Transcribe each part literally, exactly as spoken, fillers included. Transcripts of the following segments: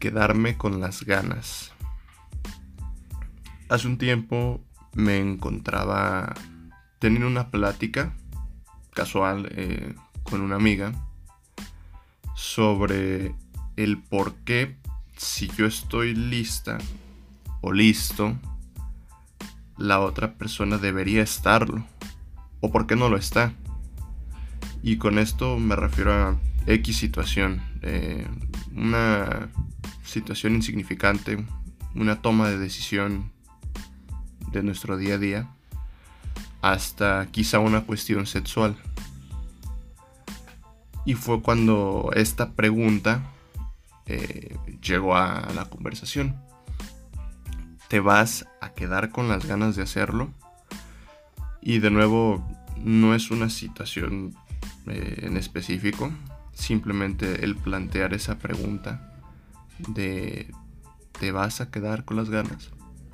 quedarme con las ganas. Hace un tiempo me encontraba teniendo una plática casual eh, con una amiga sobre el por qué, si yo estoy lista o listo, la otra persona debería estarlo, o por qué no lo está. Y con esto me refiero a X situación, eh, una situación insignificante, una toma de decisión de nuestro día a día, hasta quizá una cuestión sexual. Y fue cuando esta pregunta eh, llegó a la conversación. ¿Te vas a quedar con las ganas de hacerlo? Y de nuevo, no es una situación eh, en específico, simplemente el plantear esa pregunta de ¿te vas a quedar con las ganas?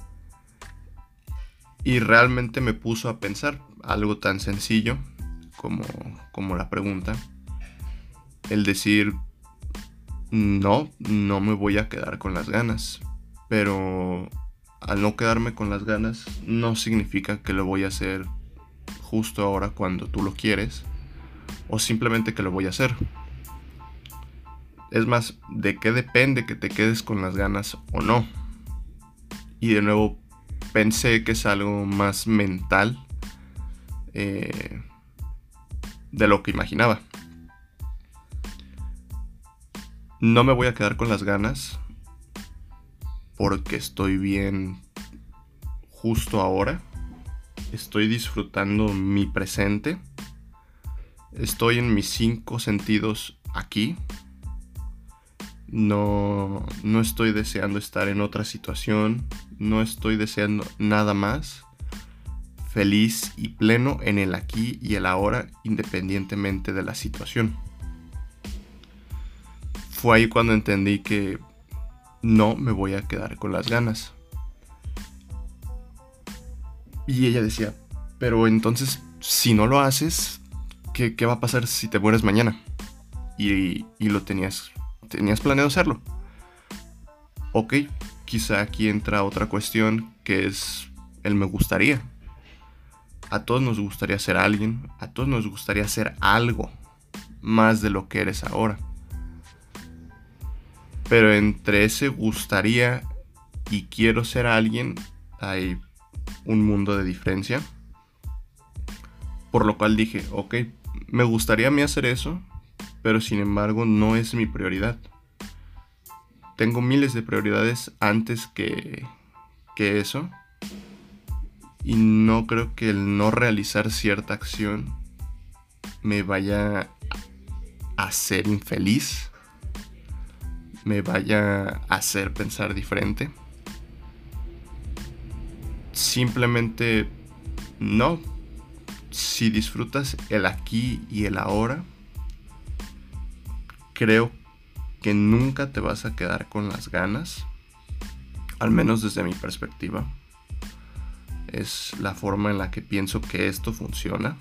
Y realmente me puso a pensar algo tan sencillo como, como la pregunta. El decir, no, no me voy a quedar con las ganas. Pero al no quedarme con las ganas, no significa que lo voy a hacer justo ahora cuando tú lo quieres, o simplemente que lo voy a hacer. Es más, ¿de qué depende que te quedes con las ganas o no? Y de nuevo, pensé que es algo más mental eh, de lo que imaginaba. No me voy a quedar con las ganas porque estoy bien justo ahora. Estoy disfrutando mi presente. Estoy en mis cinco sentidos aquí. No, no estoy deseando estar en otra situación. No estoy deseando nada más. Feliz y pleno en el aquí y el ahora, independientemente de la situación. Fue ahí cuando entendí que no me voy a quedar con las ganas. Y ella decía, pero entonces, si no lo haces, ¿qué, qué va a pasar si te mueres mañana? Y, y lo tenías, tenías planeado hacerlo. Ok, quizá aquí entra otra cuestión que es el me gustaría. A todos nos gustaría ser alguien, a todos nos gustaría ser algo más de lo que eres ahora. Pero entre ese gustaría y quiero ser alguien hay un mundo de diferencia. Por lo cual dije, ok, me gustaría a mí hacer eso, pero sin embargo no es mi prioridad. Tengo miles de prioridades antes que, que eso. Y no creo que el no realizar cierta acción me vaya a hacer infeliz, me vaya a hacer pensar diferente. Simplemente no. Si disfrutas el aquí y el ahora, creo que nunca te vas a quedar con las ganas, al menos desde mi perspectiva. Es la forma en la que pienso que esto funciona.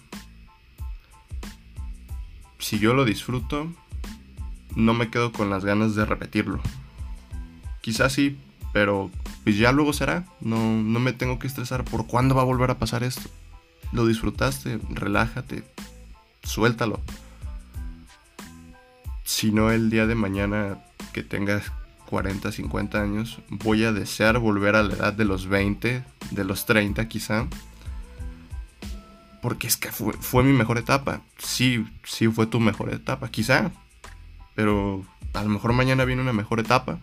Si yo lo disfruto, no me quedo con las ganas de repetirlo. Quizás sí, pero pues ya luego será. No, no me tengo que estresar por cuándo va a volver a pasar esto. Lo disfrutaste, relájate, suéltalo. Si no, el día de mañana que tengas cuarenta, cincuenta años, voy a desear volver a la edad de los veinte, de los treinta quizá. Porque es que fue, fue mi mejor etapa. Sí, sí fue tu mejor etapa, quizá. Pero a lo mejor mañana viene una mejor etapa.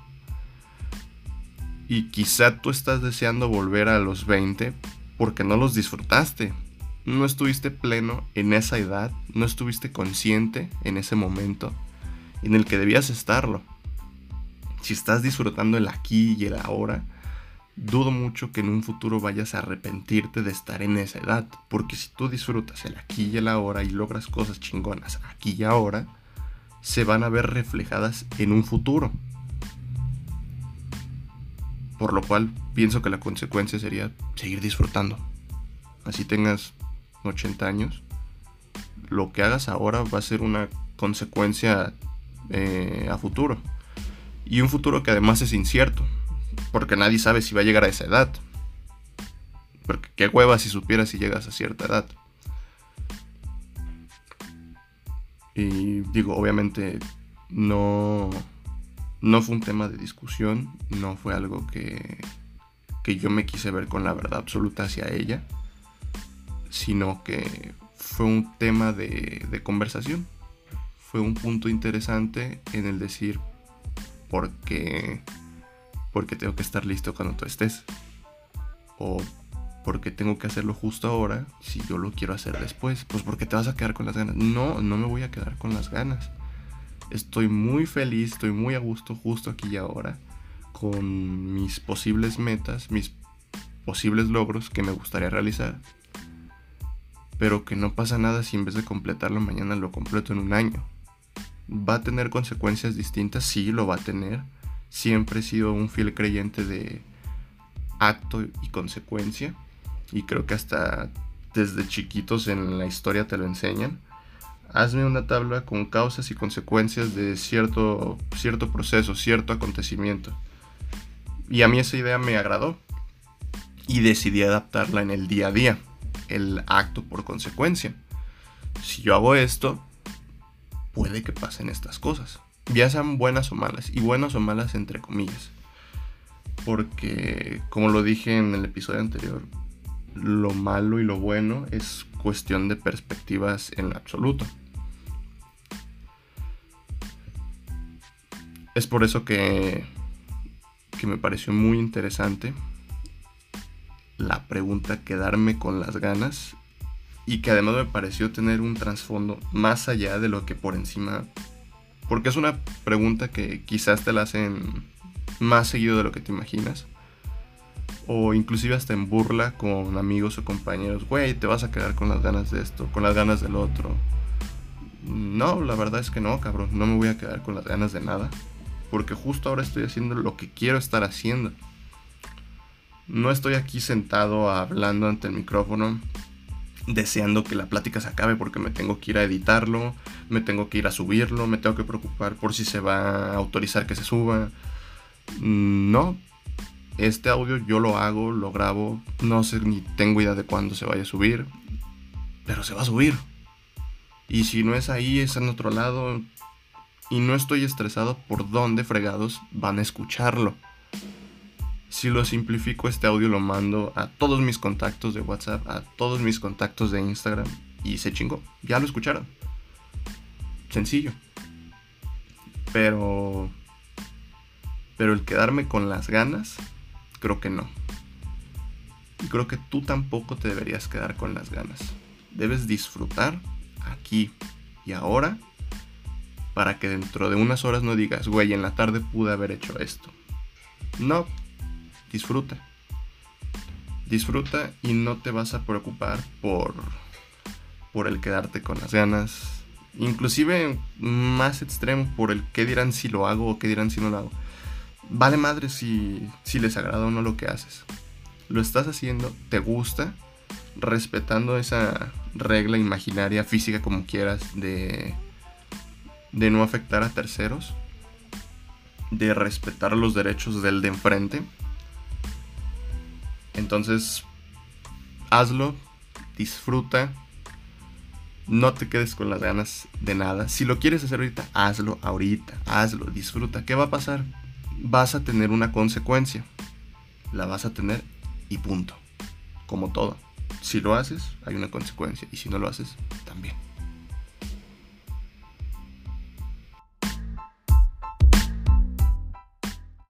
Y quizá tú estás deseando volver a los veinte porque no los disfrutaste. No estuviste pleno en esa edad. No estuviste consciente en ese momento en el que debías estarlo. Si estás disfrutando el aquí y el ahora, dudo mucho que en un futuro vayas a arrepentirte de estar en esa edad. Porque si tú disfrutas el aquí y el ahora y logras cosas chingonas aquí y ahora, se van a ver reflejadas en un futuro. Por lo cual pienso que la consecuencia sería seguir disfrutando. Así tengas ochenta años, lo que hagas ahora va a ser una consecuencia eh, a futuro. Y un futuro que además es incierto, porque nadie sabe si va a llegar a esa edad. Porque qué hueva si supieras si llegas a cierta edad. Y digo, obviamente no, no fue un tema de discusión, no fue algo que, que yo me quise ver con la verdad absoluta hacia ella, sino que fue un tema de, de conversación. Fue un punto interesante en el decir por qué, porque tengo que estar listo cuando tú estés, o porque tengo que hacerlo justo ahora si yo lo quiero hacer después. Pues porque te vas a quedar con las ganas. No, no me voy a quedar con las ganas. Estoy muy feliz, estoy muy a gusto justo aquí y ahora con mis posibles metas, mis posibles logros que me gustaría realizar, pero que no pasa nada si en vez de completarlo mañana lo completo en un año. ¿Va a tener consecuencias distintas? Sí, lo va a tener. Siempre he sido un fiel creyente de acto y consecuencia, y creo que hasta desde chiquitos en la historia te lo enseñan. Hazme una tabla con causas y consecuencias de cierto, cierto proceso, cierto acontecimiento. Y a mí esa idea me agradó y decidí adaptarla en el día a día, el acto por consecuencia. Si yo hago esto, puede que pasen estas cosas, ya sean buenas o malas, y buenas o malas entre comillas, porque como lo dije en el episodio anterior, lo malo y lo bueno es cuestión de perspectivas en lo absoluto. Es por eso que, que me pareció muy interesante la pregunta quedarme con las ganas, y que además me pareció tener un trasfondo más allá de lo que por encima, porque es una pregunta que quizás te la hacen más seguido de lo que te imaginas, o inclusive hasta en burla con amigos o compañeros. Güey, te vas a quedar con las ganas de esto, con las ganas del otro. No, la verdad es que no, cabrón, no me voy a quedar con las ganas de nada, porque justo ahora estoy haciendo lo que quiero estar haciendo. No estoy aquí sentado hablando ante el micrófono deseando que la plática se acabe porque me tengo que ir a editarlo, me tengo que ir a subirlo, me tengo que preocupar por si se va a autorizar que se suba. No, este audio yo lo hago, lo grabo, no sé ni tengo idea de cuándo se vaya a subir, pero se va a subir. Y si no es ahí, es en otro lado, y no estoy estresado por dónde fregados van a escucharlo. Si lo simplifico, este audio lo mando a todos mis contactos de WhatsApp, a todos mis contactos de Instagram, y se chingó, ya lo escucharon. Sencillo. Pero... Pero el quedarme con las ganas, creo que no. Y creo que tú tampoco te deberías quedar con las ganas. Debes disfrutar aquí y ahora, para que dentro de unas horas no digas, güey, en la tarde pude haber hecho esto. No. Disfruta. Disfruta y no te vas a preocupar por, por el quedarte con las ganas. Inclusive más extremo, por el qué dirán si lo hago o qué dirán si no lo hago. Vale madre si, si les agrada o no lo que haces. Lo estás haciendo, te gusta, respetando esa regla imaginaria, física, como quieras, de, de no afectar a terceros, de respetar los derechos del de enfrente. Entonces, hazlo, disfruta, no te quedes con las ganas de nada. Si lo quieres hacer ahorita, hazlo ahorita, hazlo, disfruta. ¿Qué va a pasar? Vas a tener una consecuencia, la vas a tener y punto. Como todo, si lo haces, hay una consecuencia, y si no lo haces, también.